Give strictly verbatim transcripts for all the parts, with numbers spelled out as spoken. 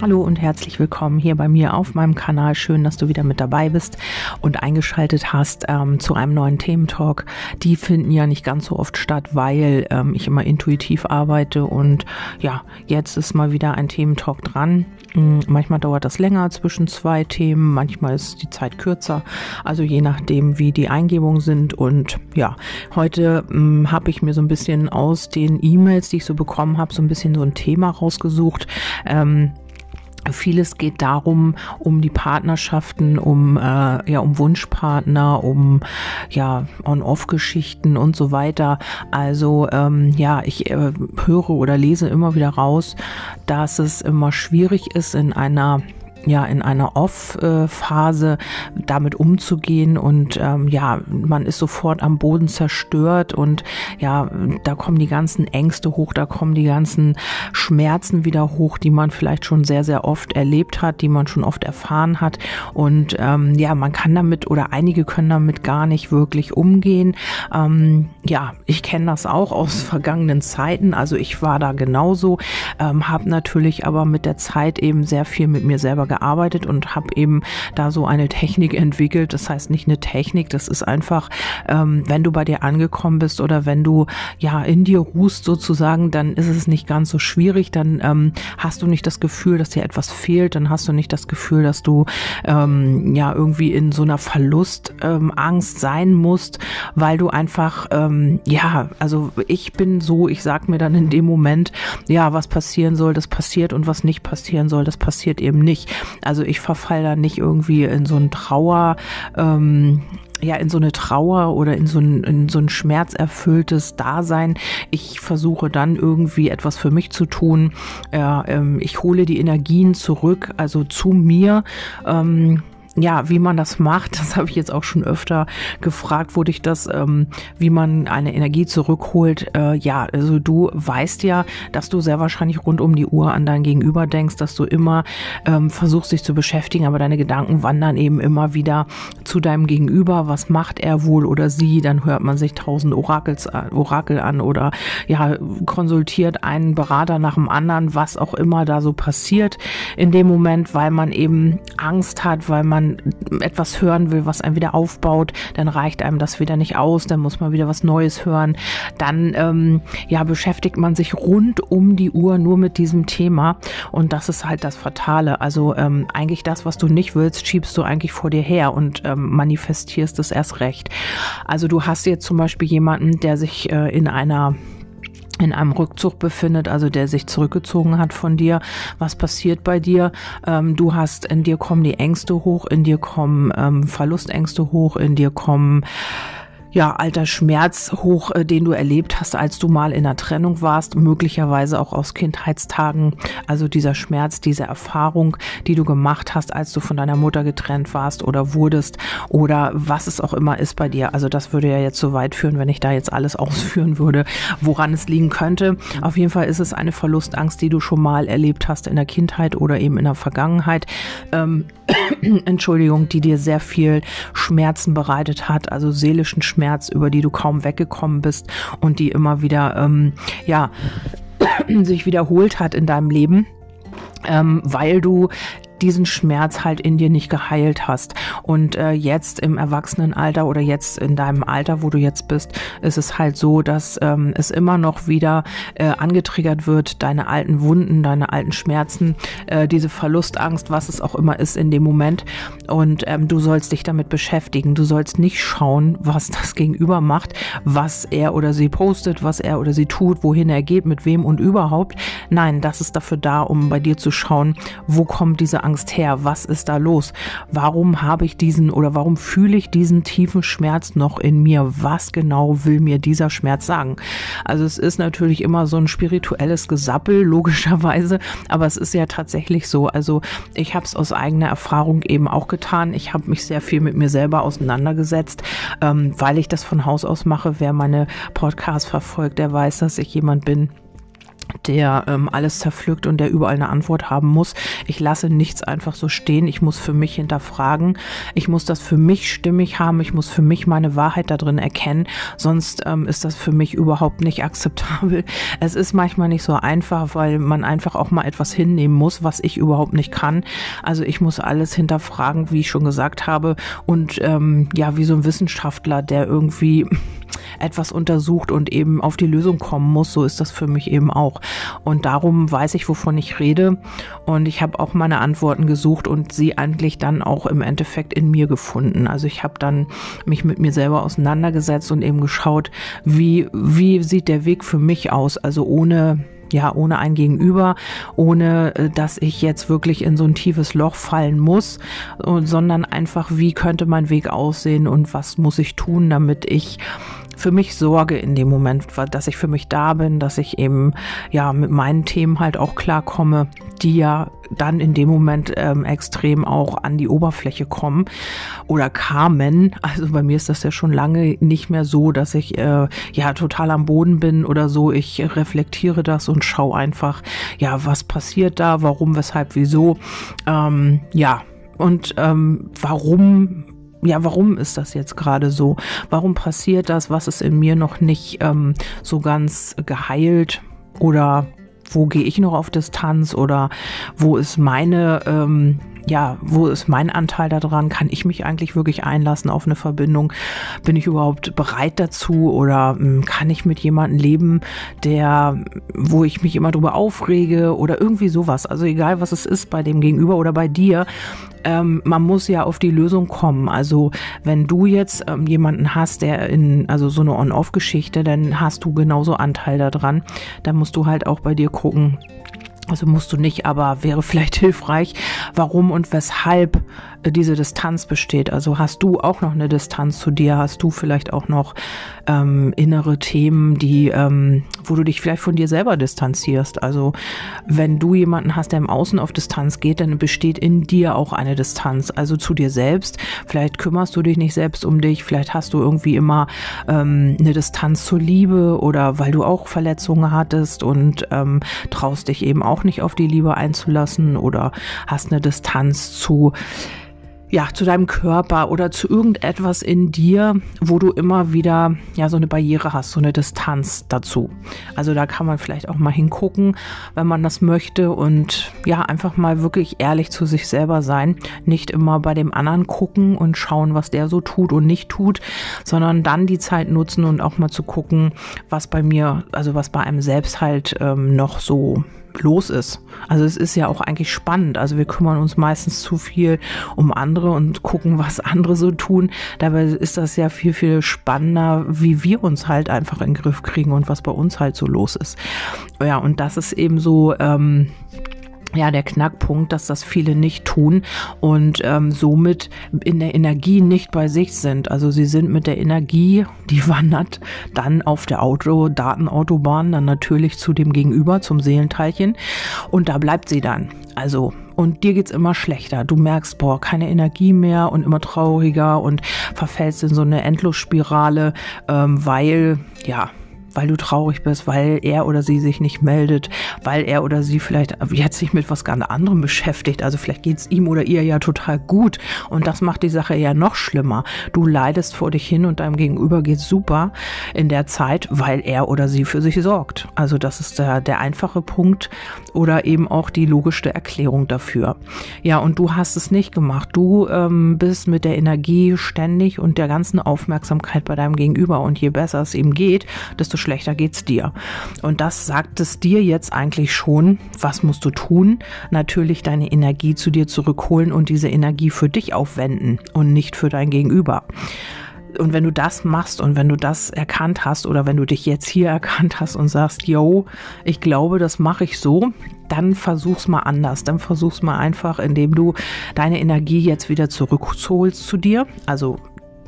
Hallo und herzlich willkommen hier bei mir auf meinem Kanal. Schön, dass du wieder mit dabei bist und eingeschaltet hast ähm, zu einem neuen Thementalk. Die finden ja nicht ganz so oft statt, weil ähm, ich immer intuitiv arbeite und ja, jetzt ist mal wieder ein Thementalk dran. Hm, manchmal dauert das länger zwischen zwei Themen, manchmal ist die Zeit kürzer, also je nachdem, wie die Eingebungen sind. Und ja, heute hm, habe ich mir so ein bisschen aus den E-Mails, die ich so bekommen habe, so ein bisschen so ein Thema rausgesucht. Ähm, Vieles geht darum, um die Partnerschaften, um äh, ja um Wunschpartner, um ja On-Off-Geschichten und so weiter. Also ähm, ja, ich äh, höre oder lese immer wieder raus, dass es immer schwierig ist, in einer ja in einer Off-Phase damit umzugehen und ähm, ja, man ist sofort am Boden zerstört und ja, da kommen die ganzen Ängste hoch, da kommen die ganzen Schmerzen wieder hoch, die man vielleicht schon sehr, sehr oft erlebt hat, die man schon oft erfahren hat und ähm, ja, man kann damit oder einige können damit gar nicht wirklich umgehen. Ähm, ja, ich kenne das auch aus vergangenen Zeiten, also ich war da genauso, ähm, habe natürlich aber mit der Zeit eben sehr viel mit mir selber gearbeitet und habe eben da so eine Technik entwickelt. Das heißt nicht eine Technik, das ist einfach, ähm, wenn du bei dir angekommen bist oder wenn du ja in dir ruhst sozusagen, dann ist es nicht ganz so schwierig, dann ähm, hast du nicht das Gefühl, dass dir etwas fehlt, dann hast du nicht das Gefühl, dass du ähm, ja irgendwie in so einer Verlustangst ähm, sein musst, weil du einfach, ähm, ja, also ich bin so, ich sag mir dann in dem Moment, ja, was passieren soll, das passiert und was nicht passieren soll, das passiert eben nicht. Also ich verfalle da nicht irgendwie in so ein Trauer, ähm, ja, in so eine Trauer oder in so ein, in so ein schmerzerfülltes Dasein. Ich versuche dann irgendwie etwas für mich zu tun. Ja, ähm, ich hole die Energien zurück, also zu mir. Ähm, Ja, wie man das macht, das habe ich jetzt auch schon öfter gefragt, wurde ich das, ähm, wie man eine Energie zurückholt. Äh, ja, also du weißt ja, dass du sehr wahrscheinlich rund um die Uhr an dein Gegenüber denkst, dass du immer ähm, versuchst, dich zu beschäftigen, aber deine Gedanken wandern eben immer wieder zu deinem Gegenüber. Was macht er wohl oder sie? Dann hört man sich tausend Orakels, Orakel an oder ja, konsultiert einen Berater nach dem anderen, was auch immer da so passiert in dem Moment, weil man eben Angst hat, weil man etwas hören will, was einen wieder aufbaut, dann reicht einem das wieder nicht aus, dann muss man wieder was Neues hören, dann ähm, ja beschäftigt man sich rund um die Uhr nur mit diesem Thema und das ist halt das Fatale, also ähm, eigentlich das, was du nicht willst, schiebst du eigentlich vor dir her und ähm, manifestierst es erst recht. Also du hast jetzt zum Beispiel jemanden, der sich äh, in einer in einem Rückzug befindet, also der sich zurückgezogen hat von dir. Was passiert bei dir? Ähm, du hast, in dir kommen die Ängste hoch, in dir kommen ähm, Verlustängste hoch, in dir kommen ja, alter Schmerz hoch, äh, den du erlebt hast, als du mal in einer Trennung warst, möglicherweise auch aus Kindheitstagen, also dieser Schmerz, diese Erfahrung, die du gemacht hast, als du von deiner Mutter getrennt warst oder wurdest oder was es auch immer ist bei dir. Also das würde ja jetzt so weit führen, wenn ich da jetzt alles ausführen würde, woran es liegen könnte. Auf jeden Fall ist es eine Verlustangst, die du schon mal erlebt hast in der Kindheit oder eben in der Vergangenheit. Ähm, Entschuldigung, die dir sehr viel Schmerzen bereitet hat, also seelischen Schmerz, über die du kaum weggekommen bist und die immer wieder ähm, ja sich wiederholt hat in deinem Leben, ähm, weil du diesen Schmerz halt in dir nicht geheilt hast. Und äh, jetzt im Erwachsenenalter oder jetzt in deinem Alter, wo du jetzt bist, ist es halt so, dass ähm, es immer noch wieder äh, angetriggert wird, deine alten Wunden, deine alten Schmerzen, äh, diese Verlustangst, was es auch immer ist in dem Moment. Und ähm, du sollst dich damit beschäftigen. Du sollst nicht schauen, was das Gegenüber macht, was er oder sie postet, was er oder sie tut, wohin er geht, mit wem und überhaupt. Nein, das ist dafür da, um bei dir zu schauen, wo kommt diese Angst her? Was ist da los? Warum habe ich diesen oder warum fühle ich diesen tiefen Schmerz noch in mir? Was genau will mir dieser Schmerz sagen? Also es ist natürlich immer so ein spirituelles Gesappel, logischerweise, aber es ist ja tatsächlich so. Also ich habe es aus eigener Erfahrung eben auch getan. Ich habe mich sehr viel mit mir selber auseinandergesetzt, ähm, weil ich das von Haus aus mache. Wer meine Podcasts verfolgt, der weiß, dass ich jemand bin, der ähm, alles zerpflückt und der überall eine Antwort haben muss. Ich lasse nichts einfach so stehen. Ich muss für mich hinterfragen. Ich muss das für mich stimmig haben. Ich muss für mich meine Wahrheit da drin erkennen. Sonst ähm, ist das für mich überhaupt nicht akzeptabel. Es ist manchmal nicht so einfach, weil man einfach auch mal etwas hinnehmen muss, was ich überhaupt nicht kann. Also ich muss alles hinterfragen, wie ich schon gesagt habe. Und ähm, ja, wie so ein Wissenschaftler, der irgendwie etwas untersucht und eben auf die Lösung kommen muss, so ist das für mich eben auch. Und darum weiß ich, wovon ich rede, und ich habe auch meine Antworten gesucht und sie eigentlich dann auch im Endeffekt in mir gefunden. Also ich habe dann mich mit mir selber auseinandergesetzt und eben geschaut, wie, wie sieht der Weg für mich aus, also ohne ja, ohne ein Gegenüber, ohne dass ich jetzt wirklich in so ein tiefes Loch fallen muss, sondern einfach, wie könnte mein Weg aussehen und was muss ich tun, damit ich für mich sorge in dem Moment, dass ich für mich da bin, dass ich eben ja mit meinen Themen halt auch klarkomme, die ja dann in dem Moment ähm, extrem auch an die Oberfläche kommen oder kamen. Also bei mir ist das ja schon lange nicht mehr so, dass ich äh, ja total am Boden bin oder so. Ich reflektiere das und schaue einfach, ja, was passiert da, warum, weshalb, wieso, ähm, ja, und ähm, warum Ja, warum ist das jetzt gerade so? Warum passiert das? Was ist in mir noch nicht ähm, so ganz geheilt? Oder wo gehe ich noch auf Distanz? Oder wo ist meine, ähm, ja, wo ist mein Anteil daran? Kann ich mich eigentlich wirklich einlassen auf eine Verbindung? Bin ich überhaupt bereit dazu? Oder ähm, kann ich mit jemandem leben, der, wo ich mich immer drüber aufrege? Oder irgendwie sowas. Also egal, was es ist bei dem Gegenüber oder bei dir. Ähm, man muss ja auf die Lösung kommen. Also wenn du jetzt ähm, jemanden hast, der in, also so eine On-Off-Geschichte, dann hast du genauso Anteil daran. Dann musst du halt auch bei dir gucken. Also musst du nicht, aber wäre vielleicht hilfreich, warum und weshalb diese Distanz besteht. Also hast du auch noch eine Distanz zu dir? Hast du vielleicht auch noch ähm, innere Themen, die, ähm, wo du dich vielleicht von dir selber distanzierst? Also wenn du jemanden hast, der im Außen auf Distanz geht, dann besteht in dir auch eine Distanz, also zu dir selbst. Vielleicht kümmerst du dich nicht selbst um dich, vielleicht hast du irgendwie immer ähm, eine Distanz zur Liebe oder weil du auch Verletzungen hattest und ähm, traust dich eben auch nicht auf die Liebe einzulassen oder hast eine Distanz zu ja, zu deinem Körper oder zu irgendetwas in dir, wo du immer wieder ja so eine Barriere hast, so eine Distanz dazu. Also da kann man vielleicht auch mal hingucken, wenn man das möchte und ja, einfach mal wirklich ehrlich zu sich selber sein. Nicht immer bei dem anderen gucken und schauen, was der so tut und nicht tut, sondern dann die Zeit nutzen und auch mal zu gucken, was bei mir, also was bei einem selbst halt ähm, noch so los ist. Also es ist ja auch eigentlich spannend. Also wir kümmern uns meistens zu viel um andere und gucken, was andere so tun. Dabei ist das ja viel, viel spannender, wie wir uns halt einfach in den Griff kriegen und was bei uns halt so los ist. Ja, und das ist eben so ähm, ja, der Knackpunkt, dass das viele nicht tun und ähm, somit in der Energie nicht bei sich sind. Also sie sind mit der Energie, die wandert dann auf der Auto, Datenautobahn dann natürlich zu dem Gegenüber, zum Seelenteilchen und da bleibt sie dann. Also und dir geht's immer schlechter. Du merkst, boah, keine Energie mehr und immer trauriger und verfällst in so eine Endlosspirale, ähm, weil, ja, weil du traurig bist, weil er oder sie sich nicht meldet, weil er oder sie vielleicht jetzt sich mit was ganz anderem beschäftigt. Also vielleicht geht's ihm oder ihr ja total gut und das macht die Sache ja noch schlimmer. Du leidest vor dich hin und deinem Gegenüber geht's super in der Zeit, weil er oder sie für sich sorgt. Also das ist der, der einfache Punkt oder eben auch die logischste Erklärung dafür. Ja, und du hast es nicht gemacht. Du ähm, bist mit der Energie ständig und der ganzen Aufmerksamkeit bei deinem Gegenüber und je besser es ihm geht, desto schlechter geht's dir. Und das sagt es dir jetzt eigentlich schon. Was musst du tun? Natürlich deine Energie zu dir zurückholen und diese Energie für dich aufwenden und nicht für dein Gegenüber. Und wenn du das machst und wenn du das erkannt hast oder wenn du dich jetzt hier erkannt hast und sagst, yo, ich glaube, das mache ich so, dann versuch's mal anders. Dann versuch's mal einfach, indem du deine Energie jetzt wieder zurückholst zu dir. Also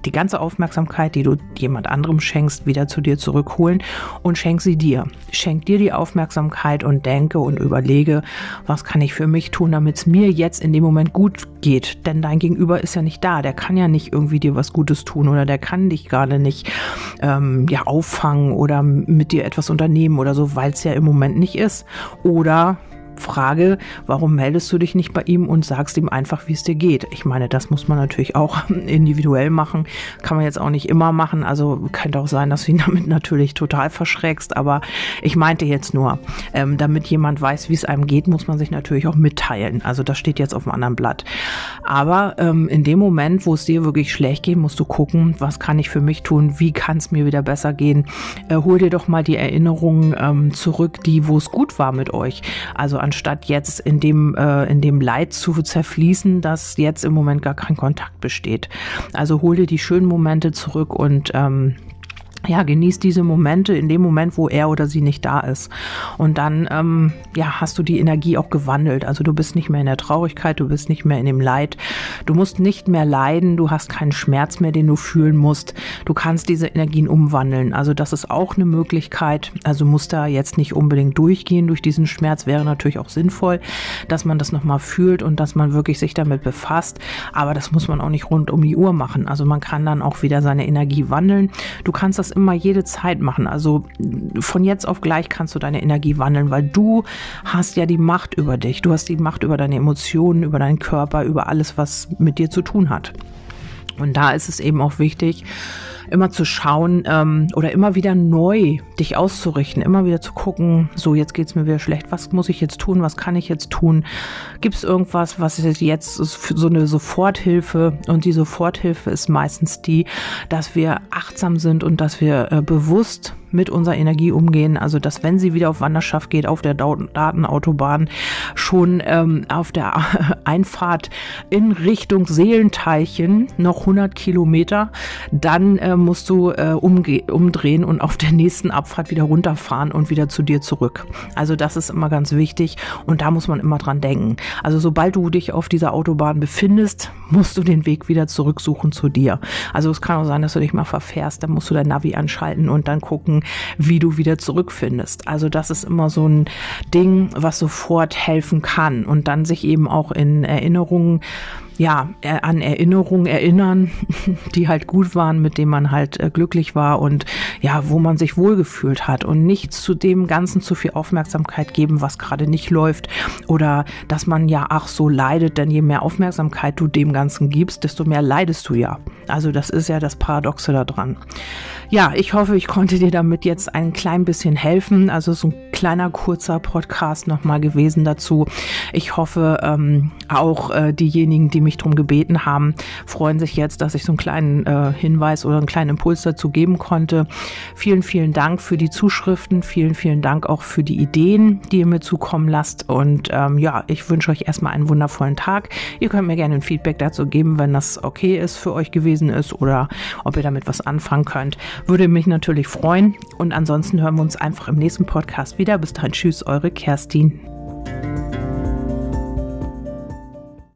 die ganze Aufmerksamkeit, die du jemand anderem schenkst, wieder zu dir zurückholen und schenk sie dir. Schenk dir die Aufmerksamkeit und denke und überlege, was kann ich für mich tun, damit es mir jetzt in dem Moment gut geht. Denn dein Gegenüber ist ja nicht da. Der kann ja nicht irgendwie dir was Gutes tun oder der kann dich gerade nicht ähm, ja, auffangen oder mit dir etwas unternehmen oder so, weil es ja im Moment nicht ist. Oder Frage, warum meldest du dich nicht bei ihm und sagst ihm einfach, wie es dir geht? Ich meine, das muss man natürlich auch individuell machen, kann man jetzt auch nicht immer machen, also könnte auch sein, dass du ihn damit natürlich total verschreckst, aber ich meinte jetzt nur, ähm, damit jemand weiß, wie es einem geht, muss man sich natürlich auch mitteilen, also das steht jetzt auf einem anderen Blatt. Aber ähm, in dem Moment, wo es dir wirklich schlecht geht, musst du gucken, was kann ich für mich tun, wie kann es mir wieder besser gehen, äh, hol dir doch mal die Erinnerungen ähm, zurück, die, wo es gut war mit euch, also anstatt jetzt in dem, äh, in dem Leid zu zerfließen, dass jetzt im Moment gar kein Kontakt besteht. Also hol dir die schönen Momente zurück und ähm, ja, genieß diese Momente in dem Moment, wo er oder sie nicht da ist. Und dann, ähm, ja, hast du die Energie auch gewandelt. Also du bist nicht mehr in der Traurigkeit, du bist nicht mehr in dem Leid. Du musst nicht mehr leiden, du hast keinen Schmerz mehr, den du fühlen musst. Du kannst diese Energien umwandeln. Also das ist auch eine Möglichkeit. Also muss da jetzt nicht unbedingt durchgehen durch diesen Schmerz. Wäre natürlich auch sinnvoll, dass man das nochmal fühlt und dass man wirklich sich damit befasst. Aber das muss man auch nicht rund um die Uhr machen. Also man kann dann auch wieder seine Energie wandeln. Du kannst das immer jede Zeit machen. Also von jetzt auf gleich kannst du deine Energie wandeln, weil du hast ja die Macht über dich. Du hast die Macht über deine Emotionen, über deinen Körper, über alles, was mit dir zu tun hat. Und da ist es eben auch wichtig, immer zu schauen ähm, oder immer wieder neu dich auszurichten, immer wieder zu gucken, so jetzt geht's mir wieder schlecht, was muss ich jetzt tun, was kann ich jetzt tun, gibt es irgendwas, was jetzt ist für so eine Soforthilfe, und die Soforthilfe ist meistens die, dass wir achtsam sind und dass wir äh, bewusst mit unserer Energie umgehen, also dass, wenn sie wieder auf Wanderschaft geht, auf der Datenautobahn, schon ähm, auf der Einfahrt in Richtung Seelenteilchen noch hundert Kilometer, dann äh, musst du äh, umge- umdrehen und auf der nächsten Abfahrt wieder runterfahren und wieder zu dir zurück. Also das ist immer ganz wichtig und da muss man immer dran denken. Also sobald du dich auf dieser Autobahn befindest, musst du den Weg wieder zurücksuchen zu dir. Also es kann auch sein, dass du dich mal verfährst, dann musst du dein Navi anschalten und dann gucken, wie du wieder zurückfindest. Also das ist immer so ein Ding, was sofort helfen kann und dann sich eben auch in Erinnerungen, ja, an Erinnerungen erinnern, die halt gut waren, mit denen man halt äh, glücklich war und ja, wo man sich wohlgefühlt hat, und nicht zu dem Ganzen zu viel Aufmerksamkeit geben, was gerade nicht läuft, oder dass man ja ach so leidet, denn je mehr Aufmerksamkeit du dem Ganzen gibst, desto mehr leidest du ja. Also das ist ja das Paradoxe daran. Ja, ich hoffe, ich konnte dir damit jetzt ein klein bisschen helfen. Also so ein kleiner, kurzer Podcast nochmal gewesen dazu. Ich hoffe, ähm, auch äh, diejenigen, die mich darum gebeten haben, freuen sich jetzt, dass ich so einen kleinen äh, Hinweis oder einen kleinen Impuls dazu geben konnte. Vielen, vielen Dank für die Zuschriften. Vielen, vielen Dank auch für die Ideen, die ihr mir zukommen lasst. Und ähm, ja, ich wünsche euch erstmal einen wundervollen Tag. Ihr könnt mir gerne ein Feedback dazu geben, wenn das okay ist, für euch gewesen ist, oder ob ihr damit was anfangen könnt. Würde mich natürlich freuen. Und ansonsten hören wir uns einfach im nächsten Podcast wieder. Bis dahin, tschüss, eure Kerstin.